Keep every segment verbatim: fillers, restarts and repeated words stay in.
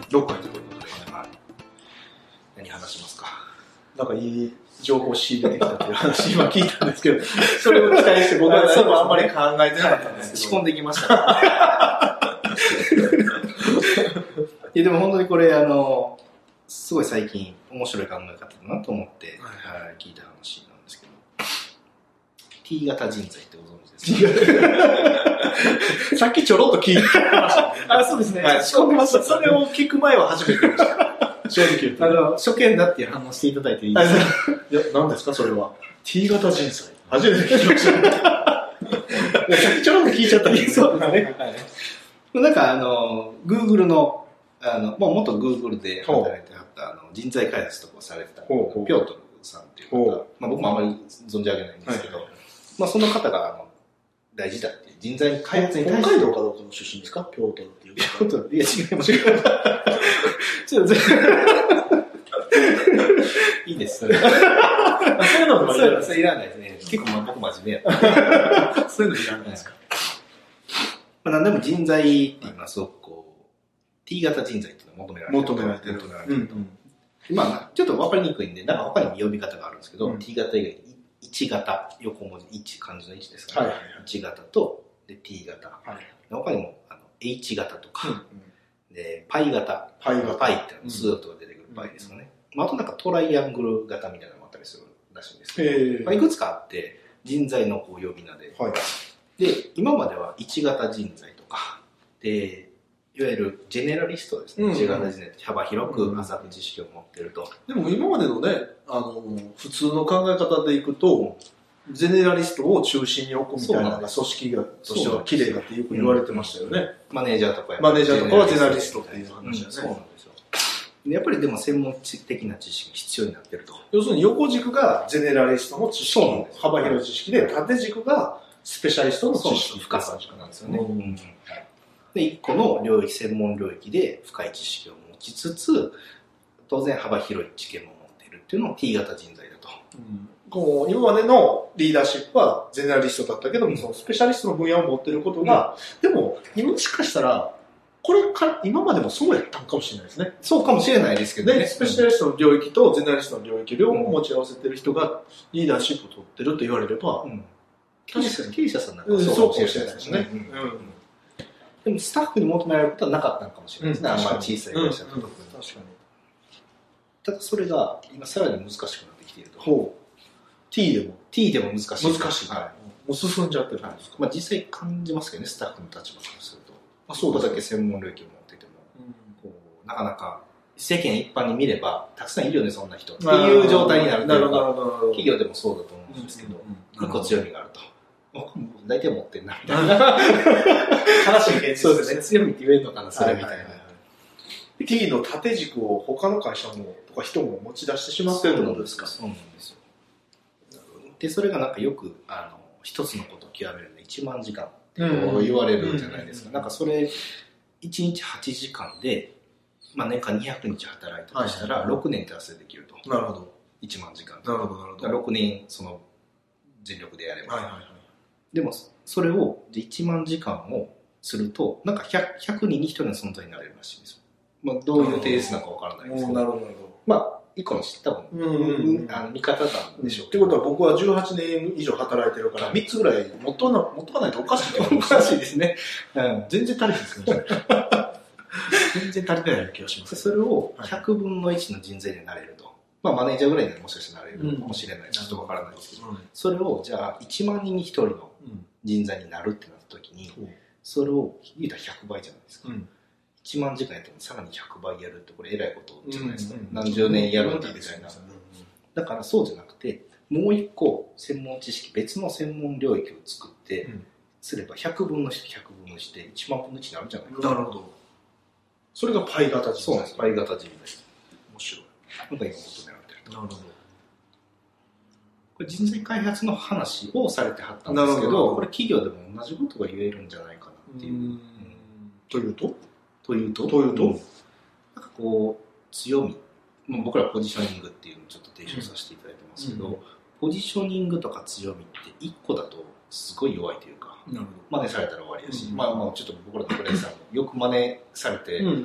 ろっかいということで、 はい、何話しますか。 なんかいい情報を仕入れてきたという話今聞いたんですけど、それを期待して僕は何もあんまり考えてなかったんですけど、 仕込んできましたいやでも本当にこれあのすごい最近面白い考え方だなと思って、はいはい、聞いた話なんですけど、 T 型人材ってご存知ですか？ さっきちょろっと聞いてました、ね、 あ、そうですね、 はい、仕込んでました。それを聞く前は初めてでした正直言って、 あの初見だっていう反応していただいていいですか？ いや、何ですかそれは。 T 型人材初めて聞きましたさっきちょろっと聞いちゃったんですそうですね、はい、なんかあの Google のあの、まあ、元 Google で働いてはったあの人材開発とかをされてたピョートルさんっていう方、まあ、僕もあまり存じ上げないんですけど、はい、まあ、その方があの大事だっていう人材開発に対して、 北海道かどうかの出身ですか？ピョートルっていう。 ピョートル、いや違います違いますちょっといいです。それそういうのもいらないですね。いらないですね。結構、まあ、僕真面目やった。 そういうのいらないですか。 まあ、何でも人材って言いますと、こう、T 型人材っていうのが求められてる。 求められてる。 求められてると。うんうん、まあ、ちょっと分かりにくいんで、なんか他にも呼び方があるんですけど、うん、T 型以外にいち型、横文字いち、漢字のいちですから、ね、はいはいはい、いち型とで T 型。はい、他にもあの H 型とか、うんうん、でパイ型。 パイ型。 パイってのはスーッと出てくるパイですよね。うん、まあ、あとなんかトライアングル型みたいなのもあったりするらしいんですけど、まあ、いくつかあって人材のこう呼び名で、はい、で今まではいち型人材とかでいわゆるジェネラリストですね、うんうん、いち型人材幅広く浅く知識を持ってると、 うん、でも今までのねあの普通の考え方でいくと、うん、ジェネラリストを中心に置くみたいな組織がとしては綺麗だってよく言われてましたよね、 うん、マネージャーとかマネージャーとかはジェネラリストっていう話だね、うん、そうなんですよ。 やっぱりでも専門的な知識が必要になってると。 要するに横軸がジェネラリストの知識、幅広い知識で、縦軸がスペシャリストの知識、 深さなんですよね。うん、でいっこの領域、専門領域で深い知識を持ちつつ、当然幅広い知見も持っているっていうのを T 型人材だと。 うん、こう今までのリーダーシップはジェネラリストだったけども、うん、そのスペシャリストの分野を持っていることが、うん、でももしかしたらこれか今までもそうやったのかもしれないですね。 そうかもしれないですけどね。 スペシャリストの領域とジェネラリストの領域両方持ち合わせてる人がリーダーシップを取ってると言われれば、うん、 経営者さんなんかそうかもしれないですね。うんうん、 でもスタッフに求められることはなかったのかもしれないですね。うん、あんまり小さい会社とか、うんうん、確かに。ただそれが今さらに難しくなってきていると。 ほう。T でも T でも難しい。 難しい。はい。もう進んじゃってるんですか。 まあ実際感じますけどね、スタッフの立場からすると。あ、そうだけ専門領域を持ってても、うん、こうなかなか世間一般に見ればたくさんいるよねそんな人っていう状態になるというか、企業でもそうだと思うんですけど、一、うん、個強みがあると、大体持ってんなみたいな話に現実ですね。 そうですね。強みって言えるのかなそれみたいな。はいはいはい、 T の縦軸を他の会社もとか人も持ち出してしまってるってことですか。 そうなんですよ。でそれがなんかよくあの一つのことを極めるのにいちまんじかんこう言われるじゃないですか。なんかそれいちにちはちじかんで、まあ、年間にひゃくにち働いたとしたらろくねん達成できると。 なるほど。 いちまんじかん。 なるほどなるほど。 ろくねんその全力でやれば。 はいはいはい、 でもそれをいちまんじかんをするとなんか ひゃく, ひゃくにんにひとりの存在になれるらしいんですよ。まあ、どういう定数なのかわからないですけど。 なるほどなるほど。 まあ一個の多分、うんうんうん、あの見方なんでしょう。 ってことは僕はじゅうはちねん以上働いてるからみっつぐらい持っとな持っとかないとおかしいっておかしいですね。 うん、全然足りないですね。全然足りない気がします。 それをひゃくぶんのいちの人材になれると。まあマネージャーぐらいにはもしかしたらなれるかもしれない。うん、ちょっとわからないですけど、うん、それをじゃあいちまんにんにひとりの人材になるってなった時に、うん、それを言うたらひゃくばいじゃないですか。うん、いちまんじかんやってもさらにひゃくばいやるってこれえらいことじゃないですか。うんうん、何十年やるんだみたいな。だからそうじゃなくてもう一個専門知識別の専門領域を作って、うん、すればひゃくぶんのいち、ひゃくぶんのいちでいちまんぶんのいちになるんじゃないかな。 なるほど。それがパイ型人材。 そうなんです。パイ型人材。 面白い。 なんか今求められてると。 なるほど。 これ人材開発の話をされてはったんですけど、どこれ企業でも同じことが言えるんじゃないかなっていう。うん、 というとというとというと、うん、 なんかこう強み。僕らポジショニングっていうのをちょっと提唱させていただいてますけど、うん、ポジショニングとか強みっていっこだとすごい弱いというか、真似されたら終わりだし、うん、まあまあちょっと僕らのプレイさんもよく真似されて、うんうん、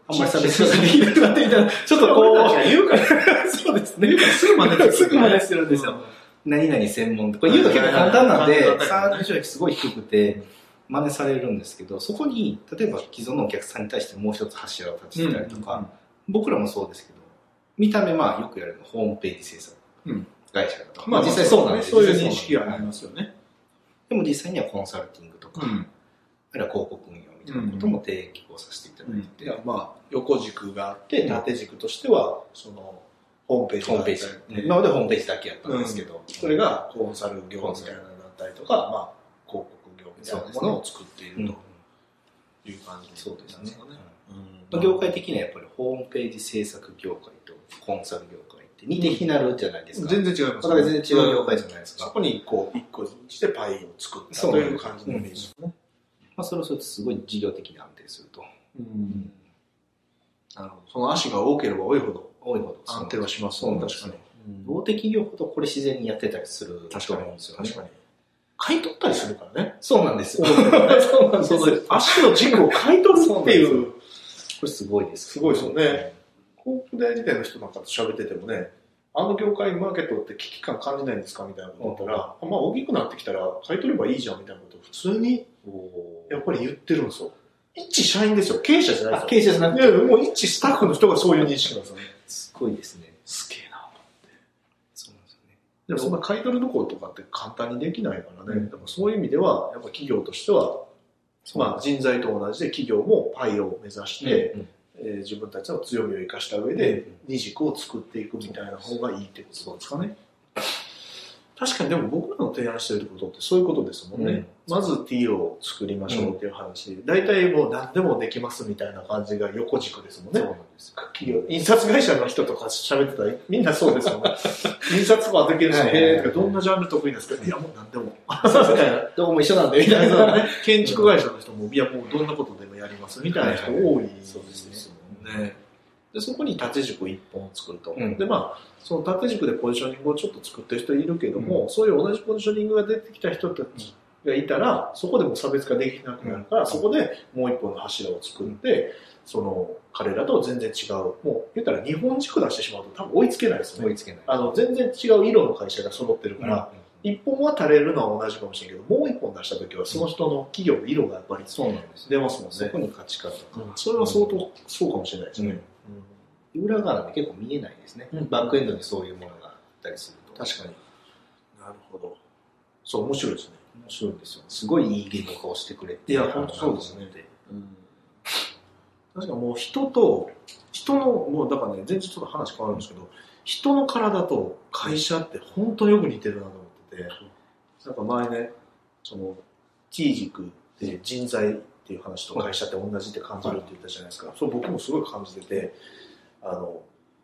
あんまり差別化できなくなってみたいな、ちょっとこう、 言うから、 そうですね。 すぐ真似すぐ真似してるんですよ。何々専門って、これ言うと結構簡単なんで、参入障壁すごい低くて、真似されるんですけど、そこに、例えば既存のお客さんに対してもう一つ柱を立てたりとか、僕らもそうですけど、見た目まあよくやるのホームページ制作会社だとか、まあ実際そうなんですよ。そういう認識はありますよね。 でも実際にはコンサルティングとか、あるいは広告運用みたいなことも提供させていただいて、 いやまあ横軸があって縦軸としてはそのホームページホームページ今までホームページだけやったんですけど、 それがコンサル業みたいなのだったりとか、まあ広告業みたいなものを作っているという感じそうですね。業界的にはやっぱりホームページ制作業界とコンサル業界って似て非なるじゃないですか。 全然違います。 全然違う業界じゃないですか。 そこにこう一個にしてパイを作ったという感じのイメージですね。 まあそれをするとすごい事業的に安定すると。 なるほど。その足が多ければ多いほど多いほど安定はしますね。確かに。 大手企業ほどこれ自然にやってたりすると思うんですよね。確かに。買い取ったりするからね。 そうなんですよ。 そうなんですよ。足の軸を買い取るっていう。 これすごいです。 すごいですよね。広告代理店の人なんかと喋っててもね、あの業界マーケットって危機感感じないんですかみたいなこと言ったら、まあ大きくなってきたら買い取ればいいじゃんみたいなことを普通にやっぱり言ってるんですよ。一社員ですよ。経営者じゃないですよ。 経営者じゃなくて。 もう一スタッフの人がそういう認識なんですよね。 すごいですね。 すげえなと思って。 そうなんですよね。 でもそんな買い取るどころとかって簡単にできないからね。でもそういう意味では、やっぱ企業としては、まあ人材と同じで企業もパイを目指して、うんうんえー、自分たちの強みを生かした上で二軸を作っていくみたいな方がいいってことですかね。確かにでも僕らの提案してることってそういうことですもんね。うん、まず T を作りましょうっていう話で、大体もう何でもできますみたいな感じが横軸ですもんね。そうなんですよ。企業、印刷会社の人とか喋ってたらみんなそうですもんね。印刷はできるし、へー、どんなジャンル得意ですか？いやもう何でも。 どこも一緒なんでみたいな。 ね、建築会社の人も、いやもうどんなことでもやりますみたいな人多いそうですね。でそこに縦軸一本を作ると、うん、でまあその縦軸でポジショニングをちょっと作ってる人いるけども、うん、そういう同じポジショニングが出てきた人たちがいたらそこでも差別化できなくなるから、うん、そこでもう一本の柱を作って、うん、その彼らと全然違うもう言ったら日本軸出してしまうと多分追いつけないですよね。 追いつけない。 あの全然違う色の会社が揃ってるから、うん、一本は垂れるのは同じかもしれないけどもう一本出した時はその人の企業の色がやっぱり出ますもんね。 そこに価値観とか、 うん、それは相当そうかもしれないですね。うん裏側で結構見えないですね、うん、バックエンドにそういうものがあったりすると。 確かに。なるほど。そう、面白いですね。 面白いんですよ。すごいいい言語化をしてくれて。 いや、本当そうですね。うん、確かもう人と、人の、もうだからね、全然ちょっと話変わるんですけど、人の体と会社って本当によく似てるなと思ってて、なんか前ね、その、T 軸で人材っていう話と会社って同じって感じるって言ったじゃないですか。そう、僕もすごい感じてて、あの、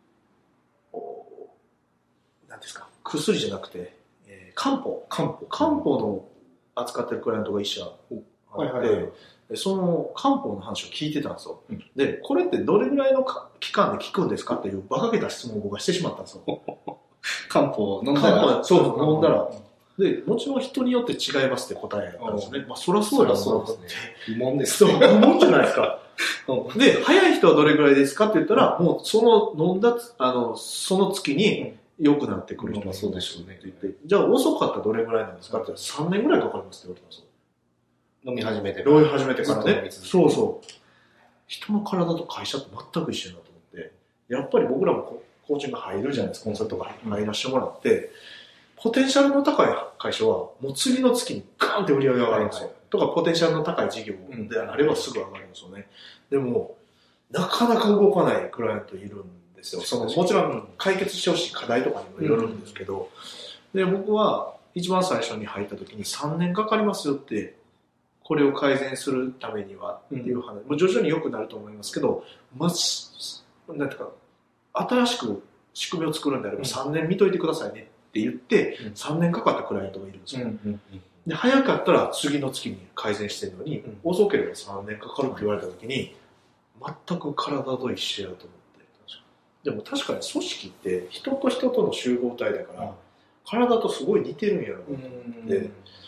何ですか、薬じゃなくて、えー、漢方。漢方。漢方の扱ってるクライアントが一社あって、はいはいはい、その漢方の話を聞いてたんですよ。うん、で、これってどれぐらいの期間で効くんですかっていう馬鹿げた質問を僕はしてしまったんですよ。 漢方飲んだら漢方そう、飲んだら。で、もちろん人によって違いますって答えだったんですよね。まあ、そりゃそうやそうですね。 疑問ですそう、疑問じゃないですか。で、早い人はどれぐらいですかって言ったら、もうその飲んだ、あの、その月に良くなってくる人はそうでしょうねって言って、じゃあ遅かったらどれぐらいなんですかって言ったらさんねんぐらいかかりますって言われたんですよ。 飲み始めてから。飲み始めてからね。そうそう。人の体と会社って全く一緒だと思って、やっぱり僕らもコーチング入るじゃないですか、コンサルとか入らせてもらって、ポテンシャルの高い会社はもう次の月にガーンって売り上げが上がるんですよ。はいはい、とかポテンシャルの高い事業であればすぐ上がるんですよね。でも、なかなか動かないクライアントいるんですよ。そのもちろん解決してほしい課題とかにもよるんですけど、うん、で僕は一番最初に入った時にさんねんかかりますよって、これを改善するためにはっていう話、うん、もう徐々に良くなると思いますけど、まず、なんていうか、新しく仕組みを作るんであればさんねん見といてくださいねって言って、うん、さんねんかかったクライアントがいるんですよ。うんうんうん、で早かったら次の月に改善してるのに、うん、遅ければさんねんかかるって言われた時に、全く体と一緒やと思って。でも確かに組織って人と人との集合体だから、うん、体とすごい似てるんやろうと思って、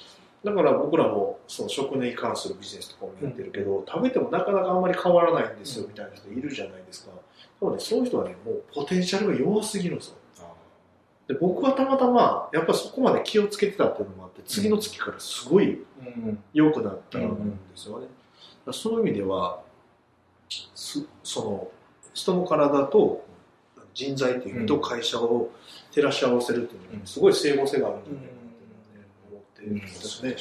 だから僕らもその食に関するビジネスとかもやってるけど、うん、食べてもなかなかあんまり変わらないんですよみたいな人いるじゃないですか。でもね、そういう人はね、もうポテンシャルが弱すぎるんですよ。で僕はたまたまやっぱそこまで気をつけてたっていうのもあって、次の月からすごい良くなったんですよね。だそういう意味ではその人の体と人材っていう意味と会社を照らし合わせるっていうのはすごい整合性があるんだと思ってるんですね。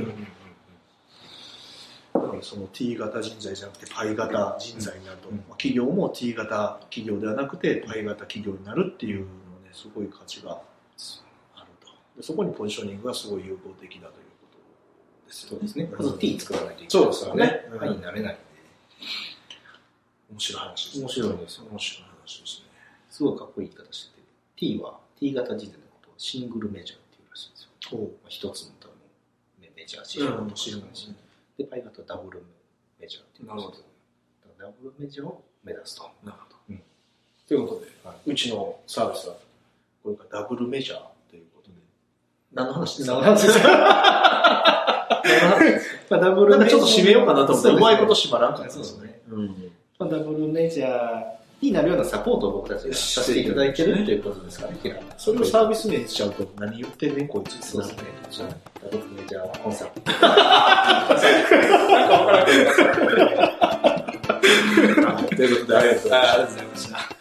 だからその T 型人材じゃなくて パイ 型人材になると、うん、企業も T 型企業ではなくて パイ 型企業になるっていうのね、すごい価値があると。でそこにポジショニングがすごい有効的だということですよね。 そうですね。まず T 作らないといけないですからね。パイになれないんで。 面白い話ですね。 面白いですよ。 面白い話ですね。 すごいかっこいい言い方してて、T は T 型人材のことをシングルメジャーっていうらしいんですよ。一つの多分メジャー指標としてるし、で、パイ型はダブルメジャーっていう。なるほど。ダブルメジャーを目指すと。 なるほど。うん、ということで、はい、うちのサービスはこれからダブルメジャーということで。何の話ですか？何の話ですか？何の話ですか？ダブルメジャー。なんかちょっと締めようかなと思って、うまいこと締まらんかったですね。 ダブルメジャーになるようなサポートを僕たちがさせていただいてるっていうことですかね。 それをサービス名にしちゃうと何言ってんねんこいつ。 そうですね。ダブルメジャーコンサル。 なんか分からない。ということでありがとうございました。